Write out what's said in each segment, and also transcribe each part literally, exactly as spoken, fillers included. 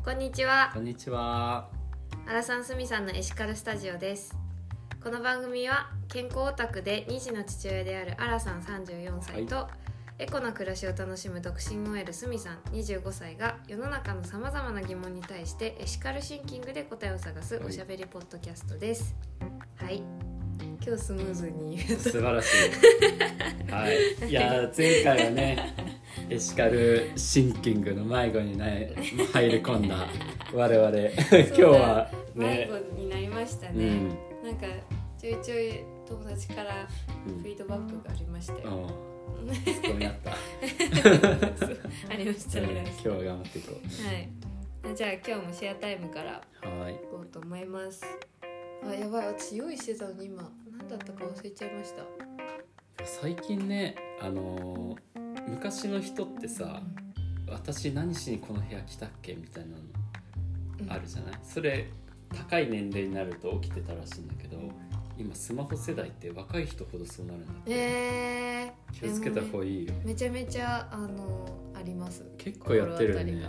こんにちは。 こんにちは。 アラさんすみさんのエシカルスタジオです。この番組は健康オタクでに児の父親であるアラさんさんじゅうよんさいと、はい、エコな暮らしを楽しむ独身 オーエル すみさんにじゅうごさいが世の中のさまざまな疑問に対してエシカルシンキングで答えを探すおしゃべりポッドキャストです。はい、今日スムーズに言うと素晴らしい。はい。いや前回はねエシカルシンキングの迷子に、ね、入り込んだ我々今日はね迷子になりましたね、うん、なんかちょいちょい友達からフィードバックがありましたよ、 うん、そこにあったありましたね。 今日は頑張っていこう。はい。じゃあ今日もシェアタイムからいこうと思います。あ、やばい、私用意してたのに今何だったか忘れちゃいました。 最近ね、あのー、昔の人ってさ、うん、私何しにこの部屋来たっけみたいなのあるじゃない、うん、それ高い年齢になると起きてたらしいんだけど、今スマホ世代って若い人ほどそうなるんだって、えー、気をつけた方がいいよ。 めちゃめちゃあのあります。 結構やってるよね、うんうん、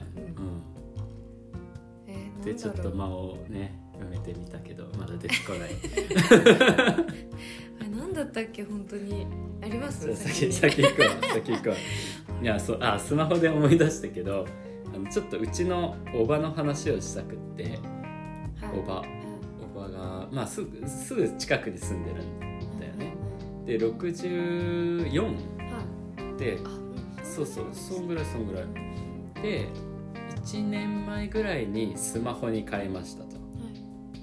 えー、 でちょっと間をね埋めてみたけどまだ出てこないあれ何だったっけ本当にあります？ 先先行くわ先行くわいやそうあスマホで思い出したけど、あのちょっとうちのおばの話をしたくって、はい、おば、はい、おばが、まあ、すぐすぐ近くに住んでるんだよね、はい、でろくじゅうよん、はい、でそうそうそんぐらいそんぐらいでいちねんまえぐらいにスマホに変えましたと、はい、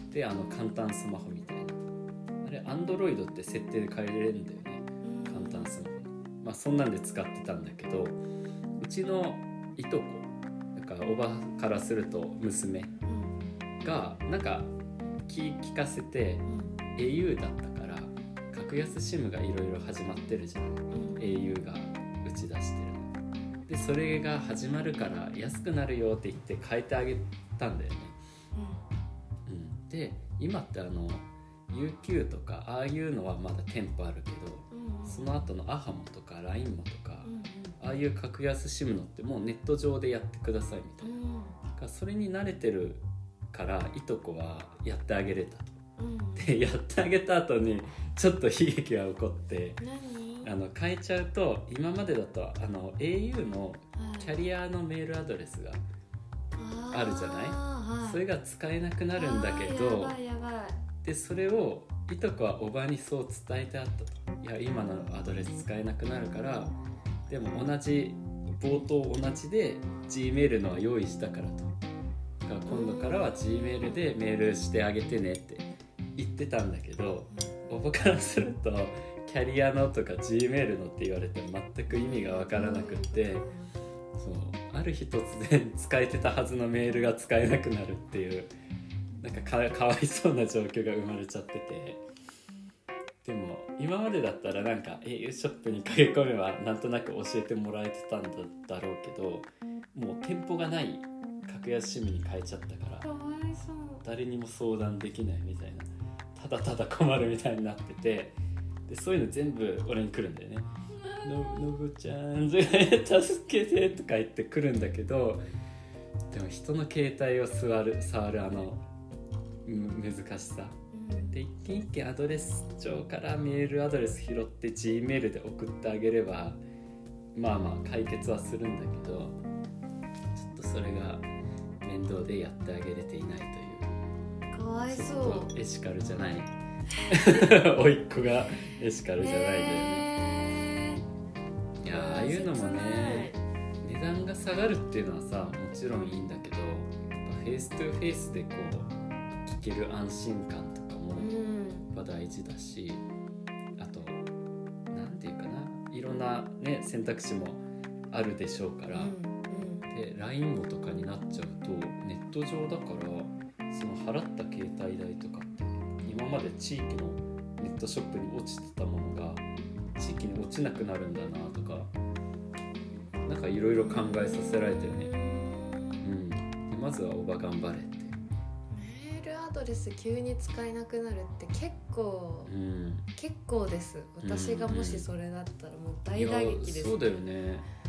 であの簡単スマホみたいなあれ Android って設定で変えれるんだよね、簡単スマホに、まあ、そんなんで使ってたんだけど、うちのいとこなんかおばからすると娘がなんか聞, 聞かせて、うん、au だったから格安 SIM がいろいろ始まってるじゃん、うん、au が打ち出してる。でそれが始まるから安くなるよって言って変えてあげたんだよね、うんうん、で今ってあの ユーキュー とかああいうのはまだ店舗あるけど、うん、その後のアハモとか ライン モとか、うん、ああいう格安 SIM のってもうネット上でやってくださいみたいな、うん、それに慣れてるからいとこはやってあげれたと、うん、でやってあげた後にちょっと悲劇が起こって、何あの変えちゃうと今までだとあの au のキャリアのメールアドレスがあるじゃない、はい、それが使えなくなるんだけど、やばいやばいでそれをいとこはおばにそう伝えてあったと、いや今のアドレス使えなくなるからでも同じ冒頭同じで Gmail のは用意したからと、今度からは Gmail でメールしてあげてねって言ってたんだけど、おばからするとキャリアのとか Gmail のって言われて全く意味が分からなくって、そうある日突然使えてたはずのメールが使えなくなるっていうなんか か, かわいそうな状況が生まれちゃってて、でも今までだったらなんか au ショップに駆け込めばなんとなく教えてもらえてたん だ, だろうけど、もう店舗がない格安 SIM に変えちゃったからかわいそう、 誰にも相談できないみたいな、ただただ困るみたいになってて、でそういうの全部俺に来るんだよね。の, のぶちゃん助けてとか言って来るんだけど、でも人の携帯を座る触るあの難しさ、うん、で一件一件アドレス帳からメールアドレス拾って Gmail で送ってあげればまあまあ解決はするんだけど、ちょっとそれが面倒でやってあげれていないという、 かわいそう、 ちょっとエシカルじゃない甥っ子がエシカルじゃないんだよね、えー、いやああいうのもね値段が下がるっていうのはさもちろんいいんだけど、フェイストゥフェイスでこう聞ける安心感とかもやっぱ大事だし、あとなんていうかないろんな、ね、選択肢もあるでしょうから、うんで ライン もとかになっちゃうとネット上だからその払った携帯代とかって今まで地域のネットショップに落ちてたものが地域に落ちなくなるんだなとか、なんかいろいろ考えさせられてね、うん、でまずはおば頑張れって。 メールアドレス急に使えなくなるって結構、うん、結構です。私がもしそれだったらもう大打撃です、ね、 そうだよね。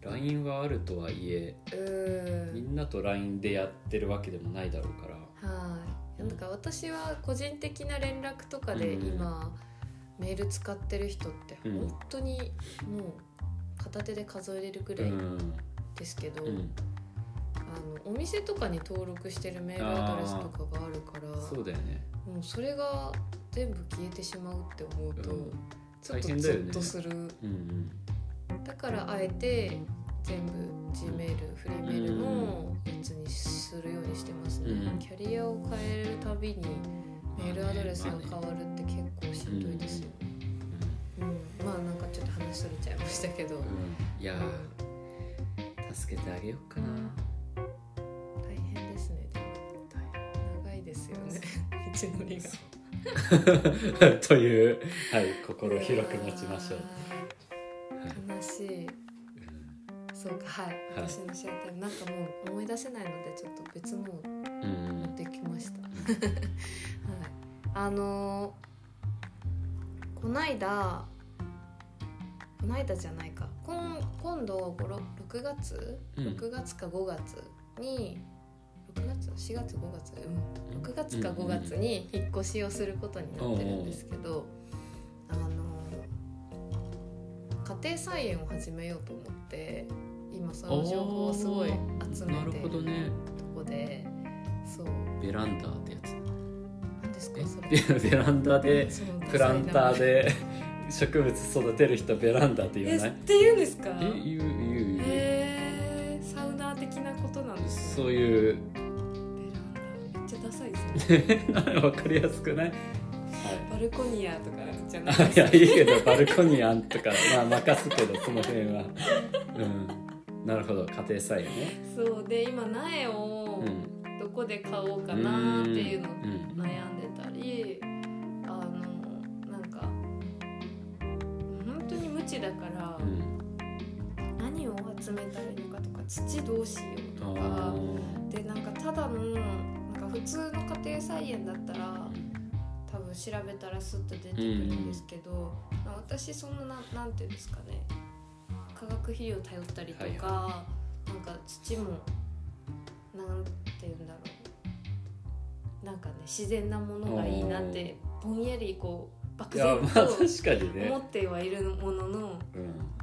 ライン はあるとはいえ、 うんみんなと ライン でやってるわけでもないだろうから。 はい、なんか私は個人的な連絡とかで今、うん、メール使ってる人って本当にもう片手で数えれるぐらいですけど、うんうん、あのお店とかに登録してるメールアドレスとかがあるから、 そうだよね、 もうそれが全部消えてしまうって思うと、うん、ちょっとゾッとする、うんうん、だからあえて全部 Gmail、フリーメールのやつにするようにしてますね、うん、キャリアを変えるたびにメールアドレスが変わるって結構しんどいですよね、うんうん、まあなんかちょっと話それちゃいましたけど、うん、 いや、うん、助けてあげようかな。 大変ですね。でも長いですよね道のりがという、はい、心広く持ちましょう。 悲しい。そうか、はい、私のシェアタイム、なんかもう思い出せないのでちょっと別のを持ってきました、うんはい、あのー、こないだこないだじゃないか、今, 今度ろくがつ、うん、ろくがつかごがつにろくがつしがつごがつ、うん、ろくがつかごがつに引っ越しをすることになってるんですけど、あのー、家庭菜園を始めようと思って今その情報をすごい集めてるとこで、そうベランダってやつ何ですかそれベランダでプランターで植物育てる人ベランダって言わない？ って言うんですか？ え、言う言う言う。 へー、サウナー的なことなんですね。 そういうベランダめっちゃダサいですねわかりやすくない？はい、 バルコニアとかじゃないですか？ いやいいけどバルコニアとかまあ任すけどその辺はうんなるほど、家庭菜園ね。 そうで今苗をどこで買おうかなっていうのを悩んでたり、うん、あのなんか本当に無知だから、うん、何を集めたらいいのかとか土どうしようとかで、なんかただのなんか普通の家庭菜園だったら多分調べたらスッと出てくるんですけど、うん、私そんな な, なんていうんですかね、化学肥料頼ったりとか、はいはい、なんか土もなんて言うんだろう、なんかね自然なものがいいなってぼんやりこう漠然と思ってはいるものの、まあね、うん、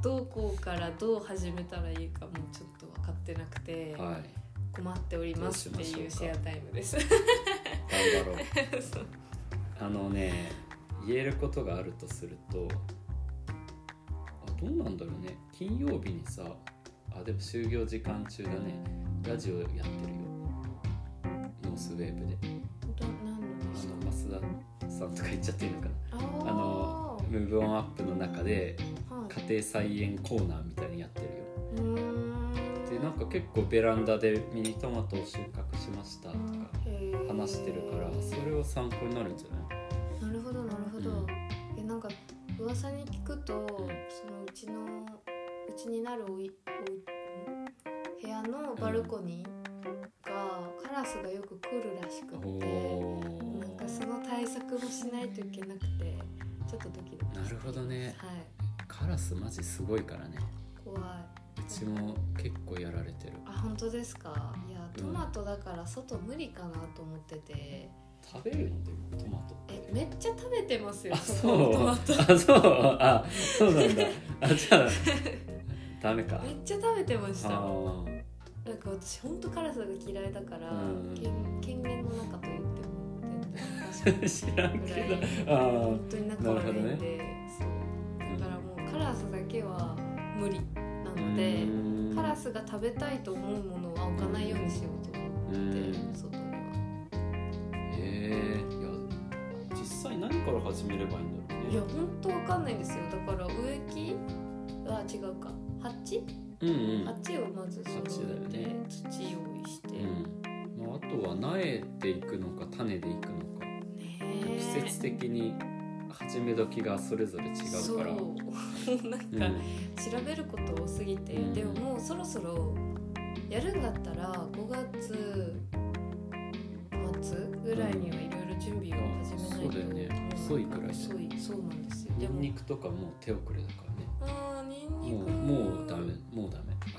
どこからどう始めたらいいかもちょっと分かってなくて、はい、困っておりますっていうシェアタイムです頑張ろうあのね、言えることがあるとすると、どうなんだろうね、金曜日にさ、あでも就業時間中だね、ラジオやってるよ、ノースウェーブで。あの増田さんとか言っちゃっていいのかな、あ, あのムーブオンアップの中で家庭菜園コーナーみたいにやってるよ。うーんでなんか結構ベランダでミニトマトを収穫しましたとか話してるから、それを参考になるんじゃない？ なるほどなるほど、うん、えなんか噂に聞くと、そのうちのうちになるおいお部屋のバルコニーがカラスがよく来るらしくって、うん、なんかその対策もしないといけなくてちょっとドキドキ。 なるほどね、 はい、 カラスマジすごいからね。 怖い。 うちも結構やられてる。 あ、本当ですか？いやトマトだから外無理かなと思ってて、 食べるのでもトマトってえめっちゃ食べてますよ。 あ、そうトマトあ、そうあ、そうなんだあ、じゃあダメか。 めっちゃ食べてました。なんか私本当カラスが嫌いだから、うん、権限の中と言っても全然知らんけど、 あ本当に仲悪いんで、ね、そうだからもうカラスだけは無理なので、カラスが食べたいと思うものは置かないようにしようと思って外には。 えー、いや実際何から始めればいいんだろうね。 いや本当わかんないんですよ。だから植木は違うか、鉢、うんうん、鉢をまず揃えて、ね、土用意して、 うんまあ、あとは苗でいくのか種でいくのか、ね、季節的に始め時がそれぞれ違うから、そうなんか、調べること多すぎて、うん、でももうそろそろやるんだったらごがつ末ぐらいにはいろいろ準備を始めないと、うん、そうだよね、遅いくらいね。 遅い、そうなんですよ。 ニンニクとかもう手遅れだからね。 あー、ニンニクもう、もうダメ、もうダメ。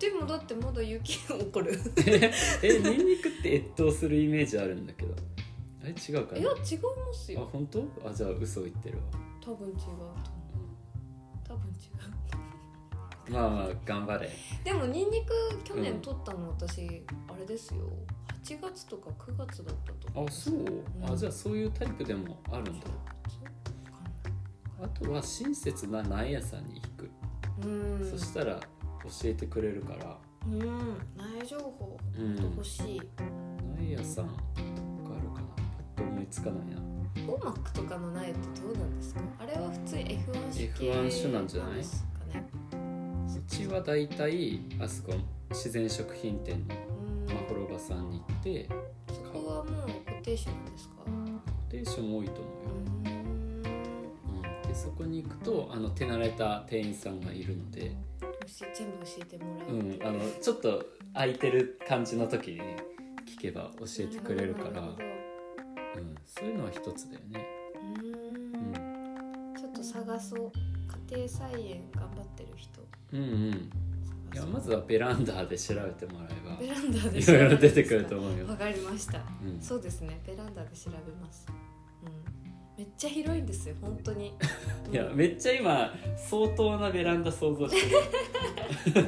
でもだってまだ雪が起こるえ、ニンニクって越冬するイメージあるんだけど、あれ違うかな。 いや違いますよ。 あ、本当？あ、じゃあ嘘言ってるわ。 多分違うと思う。多分違うまあまあ頑張れ。 でもニンニク去年取ったの、私あれですよ、はちがつとかくがつだったと思う。 あ、そう、うん、あ、じゃあそういうタイプでもあるんだ。あとは親切な苗屋さんに行く。うん、そしたら教えてくれるから。 うん、苗情報欲しい。 苗屋さんがあるかな。パッと思いつかないな。 オーマックとかの苗ってどうなんですか？あれは普通 エフワン 種系エフワン 種なんじゃないですかね。うちはだいたいあそこ自然食品店のまほろばさんに行って。 そこはもう固定種なんですか？ 固定種も多いと思うよ。そこに行くとあの手慣れた店員さんがいるので全部教えてもらえる、 うん、あのちょっと空いてる感じの時に聞けば教えてくれるから、うん、そういうのは一つだよね。 うん、ちょっと探そう。家庭菜園頑張ってる人。うんうん。 いやまずはベランダで調べてもらえばベランダでいろいろ出てくると思うよ。 わかりました、うん、そうですね、ベランダで調べます。めっちゃ広いんですよ本当にいやめっちゃ今相当なベランダ想像してる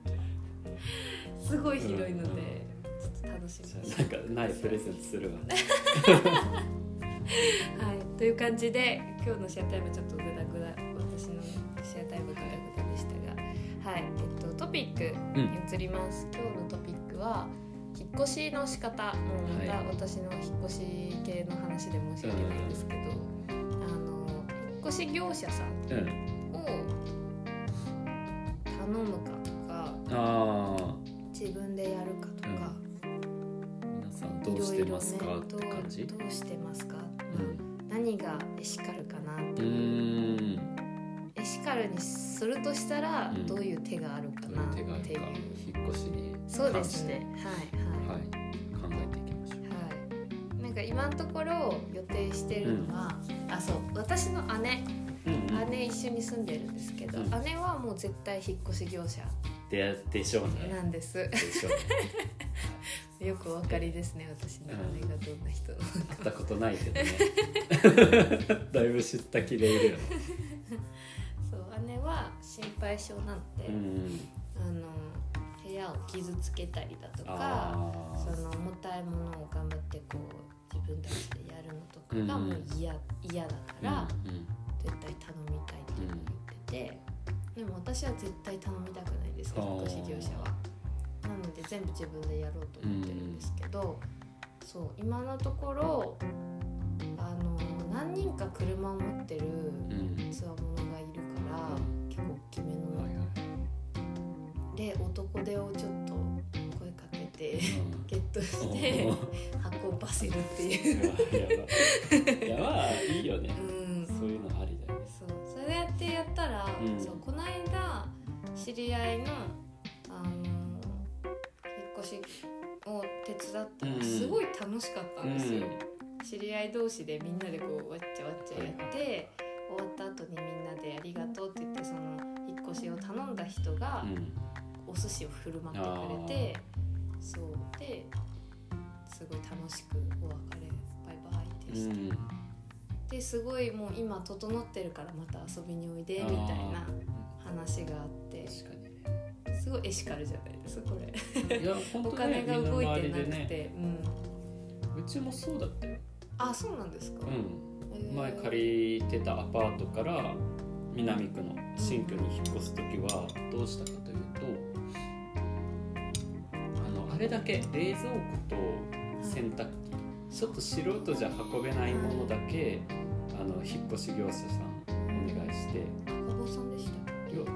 すごい広いので、うん、ちょっと楽しみに。 なんかないプレゼントするわはい、という感じで今日のシェアタイムちょっとグダグダ、私のシェアタイムグダグダでしたが、はい、えっとトピックに移ります、うん、今日のトピックは引っ越しの仕方。もうまた私の引っ越し系の話で申し訳ないんですけど、うん、あの引っ越し業者さんを頼むかとか、うん、あ自分でやるかとか、 うん、皆さんどうしてますか、ね、って感じ。 どうしてますか、うん、何がエシカルかなっていう、うエシカルにするとしたらどういう手があるかなっていう、うん、 ういう手があるか引っ越しに関して。 そうですね、はいはい、考えていきましょう。 はい、なんか今のところ予定してるのは、うん、あそう私の姉、うんうん、姉一緒に住んでるんですけど、うん、姉はもう絶対引っ越し業者で、でしょうね。 なんです。でしょうね。よくお分かりですね、私の姉がどんな人なのか。 会ったことないけどね。だいぶ知った気でいるよね。 そう姉は心配性なので、うん、あの部屋を傷つけたりだとか、その重たいものを頑張ってこう自分たちでやるのとかがもう嫌、うん、嫌だから、うんうん、絶対頼みたいっていうのを言ってて、でも私は絶対頼みたくないんですけど、引っ越し業者は。なので全部自分でやろうと思ってるんですけど、うん、そう今のところあの何人か車を持ってるつわものがいるから、うん、結構大きめの、はいはい、で男手をちょっと声かけて、うん、ゲットして運ばせるっていういやまあいいよね、うん、そういうのありだよね。 そうそれやってやったら、うん、そうこの間知り合いのあの引っ越しを手伝ったらすごい楽しかったんですよ、うん、知り合い同士でみんなでこうわっちゃわっちゃやって、はい、終わった後にみんなでありがとうって言って、その引っ越しを頼んだ人がお寿司を振る舞ってくれて、うん、そうですごい楽しくお別れバイバイってして、うん、ですごいもう今整ってるからまた遊びにおいでみたいな話があって、確かにすごいエシカルじゃないですかこれ。いや本当、ね、お金が動いてなくて、ね、 うん、うちもそうだったよ。 あ、そうなんですか。 うん、前借りてたアパートから南区の新区に引っ越すときはどうしたかというと、あのあれだけ冷蔵庫と洗濯機、ちょっと素人じゃ運べないものだけあの引っ越し業者さんお願いして。 赤坊さんでした。 いや違う。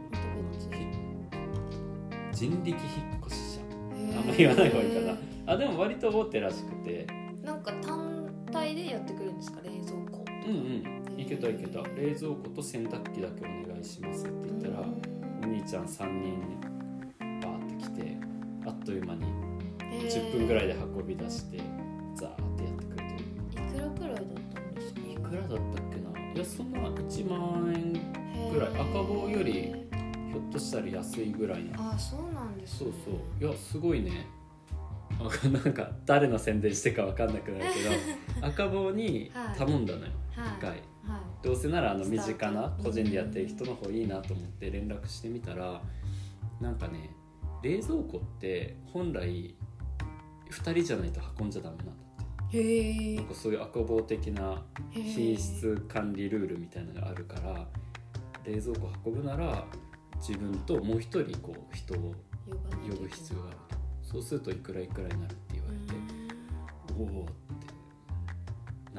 人力引っ越し者。あんまり言わない方がいいかな。あ、でも割と大手らしくて。 なんか単体でやってくるんですか、冷蔵庫とか。 うんうん。いけたいけた。冷蔵庫と洗濯機だけお願いしますって言ったら、お兄ちゃんさんにんバーって来て、あっという間にじゅっぷんぐらいで運び出して、ザーってやってくれてる。 いくらくらいだったんですか。 いくらだったっけな。いやそんないちまんえんぐらい。赤棒よりひょっとしたら安いぐらいの。 ああそうなんですそうね。 そういやすごいね。なんか誰の宣伝してか分かんなくなるけど赤棒に頼んだのよ、 はい一回、 はい、 どうせならあの身近なスタート個人でやってる人の方いいなと思って連絡してみたら、なんかね冷蔵庫って本来ふたりじゃないと運んじゃダメなんだって。 へえ。 なんかそういう赤棒的な品質管理ルールみたいなのがあるから、冷蔵庫運ぶなら自分ともう一人こう人を呼ぶ必要があると。そうするといくらいくらになるって言われて、おおってなって、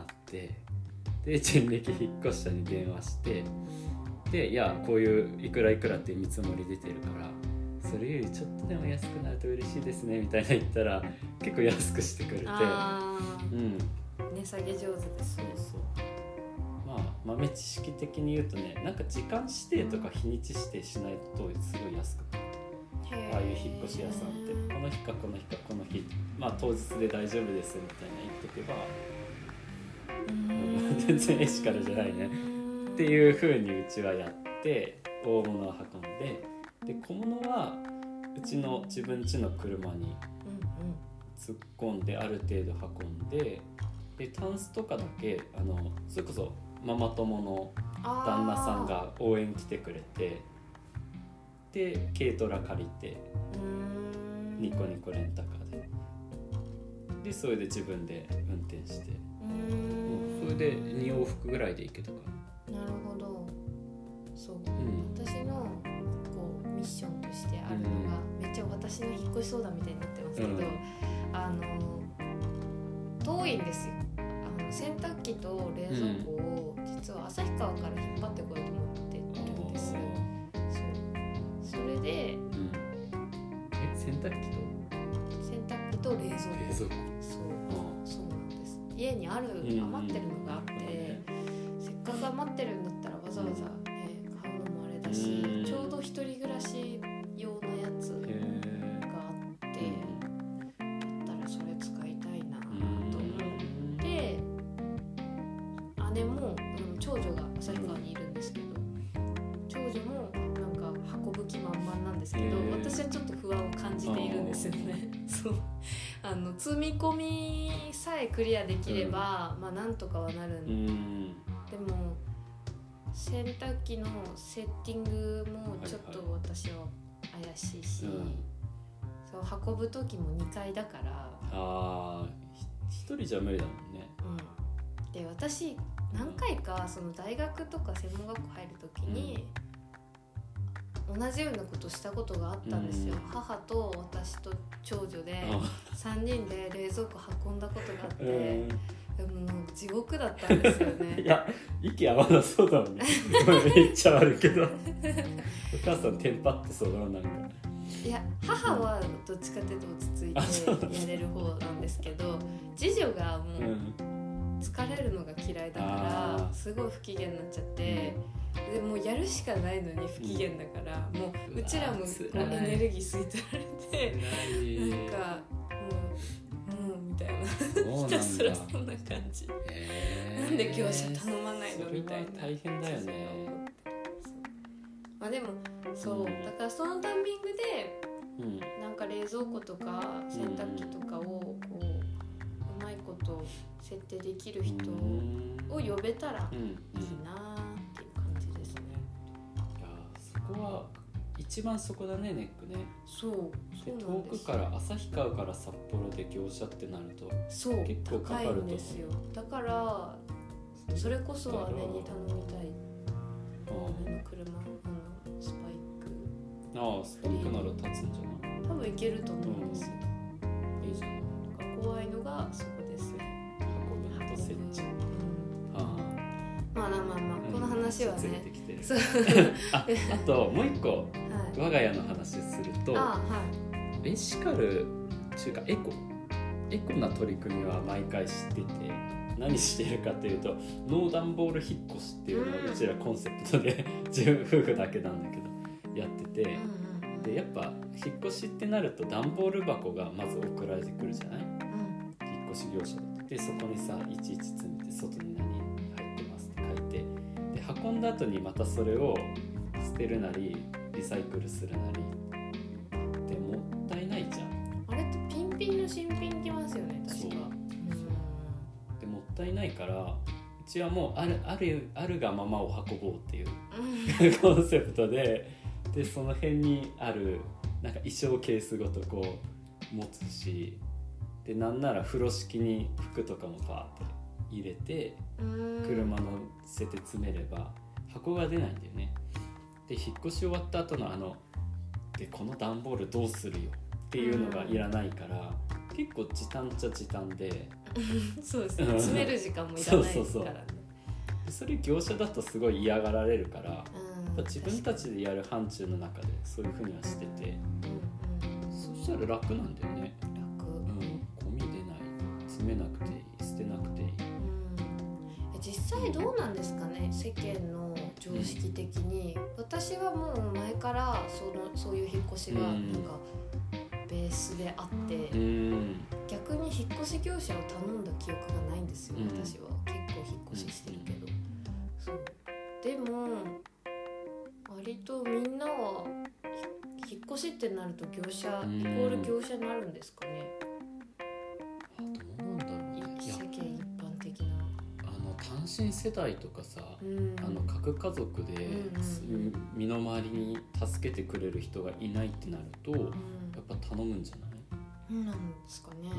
で人力引っ越したに電話して、でいやこういういくらいくらっていう見積もり出てるからそれよりちょっとでも安くなると嬉しいですねみたいな言ったら結構安くしてくれて、 あ、 うん、 値下げ上手です。 そうそう、まあ豆知識的に言うとね、なんか時間指定とか日にち指定しないとすごい安くなる。ああいう引っ越し屋さんってこの日かこの日かこの日、まあ当日で大丈夫ですみたいな言っとけば、全然エシカルじゃないねっていう風にうちはやって大物を運んで、で小物はうちの自分家の車に突っ込んである程度運んで、でタンスとかだけあのそれこそママ友の旦那さんが応援来てくれて、で軽トラ借りてニコニコレンタカーででそれで自分で運転して、うん、それでに往復ぐらいで行けたから。 なるほど。そう、うん、私のこうミッションとしてあるのが、うん、めっちゃ私の引っ越し相談みたいになってますけど、うん、あの遠いんですよ。あの洗濯機と冷蔵庫を、うん、実は旭川から引っ張ってこようと思ってるんですよ。それで、うん、 え洗濯機と洗濯機と冷蔵庫。冷蔵庫。そう、そうなんです。家にある余ってるのがあって、うん、せっかく余ってるんだったらわざわざ、ね、買うのもあれだし、うん、ちょうど一人暮らし用のやつがあって、うん、だったらそれ使いたいなと思って、うん、姉も、うん、長女が旭川にいるんですけど、長女も運ぶ気満々なんですけど、私はちょっと不安を感じているんですよね。そう、あの積み込みさえクリアできれば、うん、まあなんとかはなるん、うん、でも洗濯機のセッティングもちょっと私は怪しいし、はいはい、そう運ぶ時もにかいだから、 あひ一人じゃ無理だもんね、 うん、で私何回かその大学とか専門学校入る時に、うん、同じようなことしたことがあったんですよ、うん、母と私と長女でさんにんで冷蔵庫運んだことがあって、うん、でも地獄だったんですよね。 いや息合わなそうだもんね。めっちゃ悪いけどお母さんテンパってそうだな。なんかいや母はどっちかっていうと落ち着いてやれる方なんですけど、次女がもう疲れるのが嫌いだからすごい不機嫌になっちゃって、でもうやるしかないのに不機嫌だから、うん、もううちらもこうエネルギー吸い取られて、なんかもうもうみたいな、ひたすらそんな感じ。なんで業者頼まないのみたいな。 大変だよね。 まあでもそうだからそのタイミングで、うん、なんか冷蔵庫とか洗濯機とかをこううまいこと設定できる人を呼べたらいいなっていう感じですね。 いやそこは一番そこだね、ネックね。 そうそうなんです。 遠くから旭川から札幌で業者ってなるとそう結構かかると思う。 高いんですよ。だからそれこそ姉に頼みたい。姉の車スパイク。 ああ、スパイクなら立つんじゃない？ 多分いけると思うんですよ。 うん、いいじゃない。 怖いのがそこですね。 運ぶと設置。 うん、あまあまあまあ、まあ、この話はね。連れてきてる。 あ、あともう一個、はい、我が家の話すると、 あ、はい、 エシカルというかエコエコな取り組みは毎回知ってて、何しているかというとノーダンボール引っ越しっていうのをうちらコンセプトで自分夫婦だけなんだけどやってて、うん、でやっぱ引っ越しってなると段ボール箱がまず送られてくるじゃない、うん、引っ越し業者で、そこにさいちいち詰めて外に何入ってますって書いて、で運んだ後にまたそれを捨てるなりリサイクルするなりでもったいないじゃん。 あれってピンピンの新品きますよね確か。そう、うん、 でもったいないからうちはもうある、ある、あるがままを運ぼうっていう、うん、コンセプトで、でその辺にあるなんか衣装ケースごとこう持つし、でなんなら風呂敷に服とかもパーって入れて車乗せて詰めれば箱が出ないんだよね。で引っ越し終わった後のあのでこの段ボールどうするよっていうのがいらないから、結構時短っちゃ時短でそうですね、詰める時間もいらないからね。そうそうそう、 それ業者だとすごい嫌がられるから、うん、自分たちでやる範疇の中でそういう風にはしてて、うんうん、そしたら楽なんだよね。 楽、 うん、ゴミ出ない、詰めなくていい、捨てなくていい、うん、 実際どうなんですかね、世間の常識的に、うん、私はもう前からそのそういう引っ越しがなんかベースであって、うん、逆に引っ越し業者を頼んだ記憶がないんですよ、うん、私は結構引っ越ししてるけど、うん、そうでも割とみんなは引っ越しってなると業者、うん、イコール業者になるんですかね。 あ、どうなんだろうね。 世間一般的なあの単身世帯とかさ、うん、あの核家族で、うんうん、身の回りに助けてくれる人がいないってなると、うん、やっぱ頼むんじゃない？ そうなんですかね。 うん。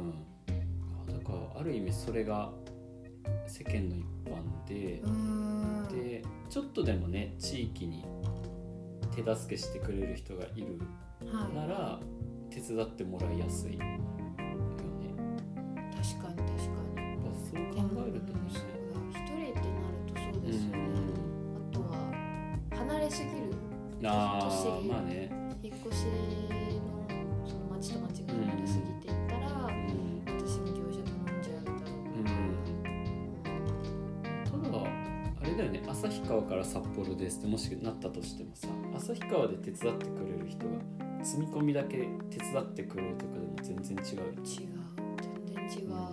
だからある意味それが世間の一般で、うんでちょっとでもね地域に手助けしてくれる人がいるなら、はい、手伝ってもらいやすいよね。 確かに確かに。 そう考えるとね。 一人ってなるとそうですよね。うん、あとは離れすぎる。 ああ、まあね。 引っ越しのその町と町が離れすぎていったら、うん、私も業者頼んじゃうだろうな、うん、 ただあれだよね、旭川から札幌ですってもしなったとしてもさ、旭川で手伝ってくれる人が積み込みだけ手伝ってくれるとかでも全然違うよね。 違う、全然違う、うん、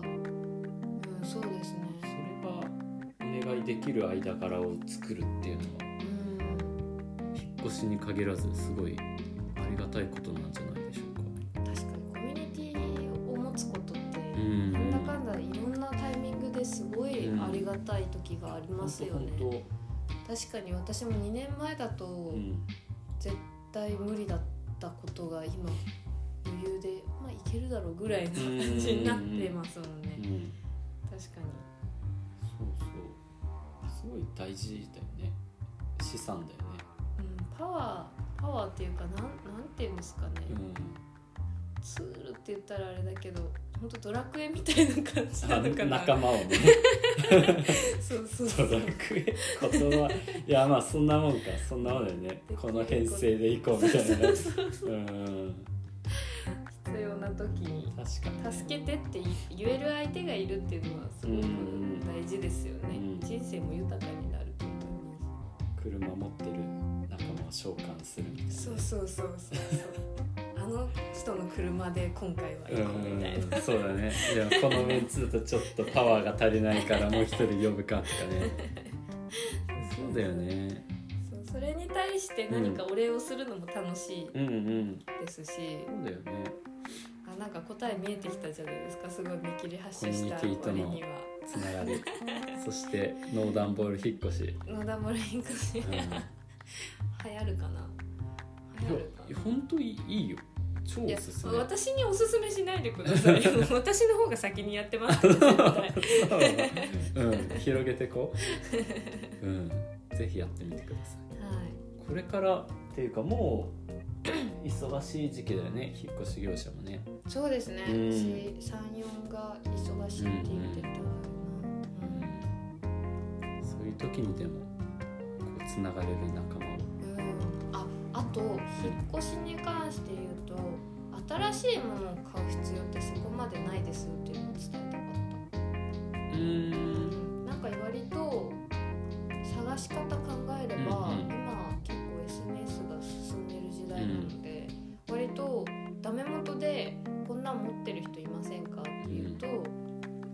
そうですね。 それがお願いできる間柄を作るっていうのは、うん、引っ越しに限らずすごいありがたいことなんじゃないでしょうか。 確かにコミュニティを持つことって、うん、なんだかんだいろんなタイミングですごいありがたい時がありますよね、うん、確かに私もにねんまえだと絶対無理だったことが今余裕で、まあ、いけるだろうぐらいの感じになってますもんね、うんうん、確かにそうそう、すごい大事だよね、資産だよね、 うん、パワーパワーっていうかなん、なんていうんですかね、うん、ツールって言ったらあれだけど本当ドラクエみたいな感じなのかな、 仲間をねそうそうそう、 ドラクエ言葉いやまあそんなもんか、そんなもんだよね、この編成でいこうみたいな、うん、 必要な時に確かに、ね、 助けてって言える相手がいるっていうのはすごく大事ですよね、うん、人生も豊かになると思います。 車持ってる仲間を召喚するみたいな、 そうそうそうそうそうあの人の車で今回は行こうみたいな、 うん、そうだね。でもこのメンツだとちょっとパワーが足りないからもう一人呼ぶかとかねそうだよね。 そう、それに対して何かお礼をするのも楽しいですし、うんうんうん、 そうだよね。 あ、なんか答え見えてきたじゃないですか、すごい見切り発車した俺にはつながるそしてノーダンボール引っ越しノーダンボール引っ越し、うん、流行るかな。 いや本当にいいよ、超おすすめ。 私におすすめしないでください私の方が先にやってます絶対うん、広げてこう、うん、ぜひやってみてください、はい、これからっていうかもう忙しい時期だよね、引っ越し業者もね。 そうですね、うん、さん、よんが忙しいって言ってた、うんうん、そういう時にでもこうつながれる仲間を、 あと引っ越しに関して言うと新しいものを買う必要ってそこまでないですよっていうのを伝えたかった。うーん、なんか割と探し方考えれば、うんうん、今結構 エスエヌエス が進んでる時代なので、うん、割とダメ元でこんなん持ってる人いませんかって言うと、うん、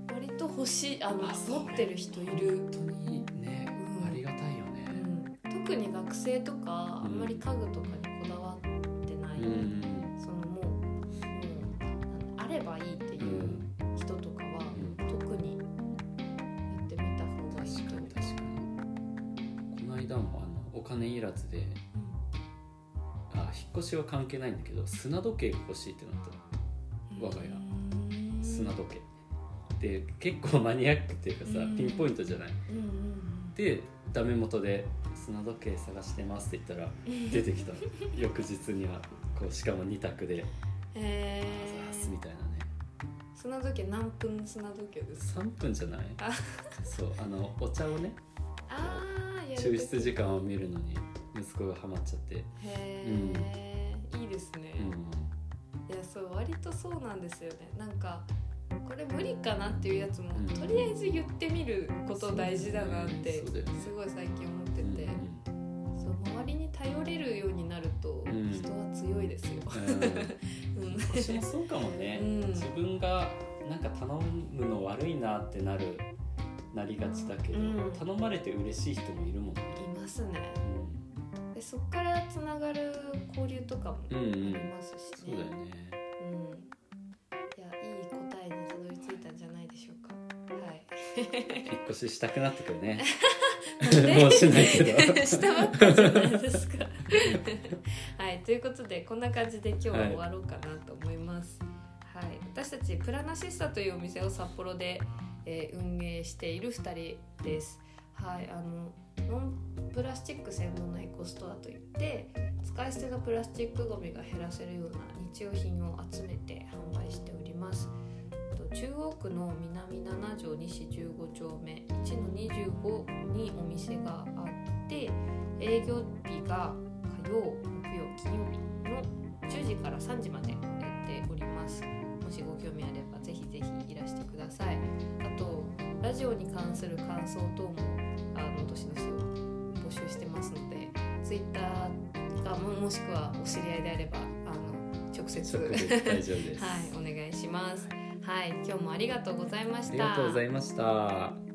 割と欲しい、あの持ってる人いる。 本当にね、うん、ありがたいよね、 うん、特に学生製とかあんまり家具とかにこだわってない、うん、そのもう、もうあればいいっていう人とかは、うん、特にやってみた方がいいと。確かに確かに。この間もあのお金いらずで、うん、あ引っ越しは関係ないんだけど砂時計が欲しいってなったの、我が家。砂時計で結構マニアックっていうかさ、ピンポイントじゃない、うんうんうん、でダメ元で砂時計探してますって言ったら出てきた翌日にはこうしかもに択でへーみたいなね。砂時計何分砂時計ですか？さんぷんじゃない？あそうあのお茶をねあ抽出時間を見るのに息子がハマっちゃってへー、うん、いいですね、うん、いやそう割とそうなんですよね。なんかこれ無理かなっていうやつも、うん、とりあえず言ってみること大事だなって、ねね、すごい最近思ってて、うん、そう周りに頼れるようになると人は強いですよ、うんうん、私もそうかもね、うん、自分がなんか頼むの悪いなってなるなりがちだけど、うん、頼まれて嬉しい人もいるもんね。いますね、うん、でそっからつながる交流とかもありますしね、うんうん、そうだよね、うん引っ越ししたくなってくるねもうしないけどしたばっかじゃないですかはいということでこんな感じで今日は終わろうかなと思います、はいはい、私たちプラナシスタというお店を札幌で、えー、運営しているふたりです。はい、あのノンプラスチック専門のエコストアといって使い捨てのプラスチックごみが減らせるような日用品を集めて販売しております。中央区の南なな条西じゅうご丁目いちのにじゅうごにお店があって営業日が火曜、木曜、金曜日のじゅうじからさんじまでやっております。もしご興味あればぜひぜひいらしてください。あとラジオに関する感想等もあのどしどし募集してますのでツイッターか も, もしくはお知り合いであればあの直接直接大丈夫ですはい、お願いします。はい、今日もありがとうございました。ありがとうございました。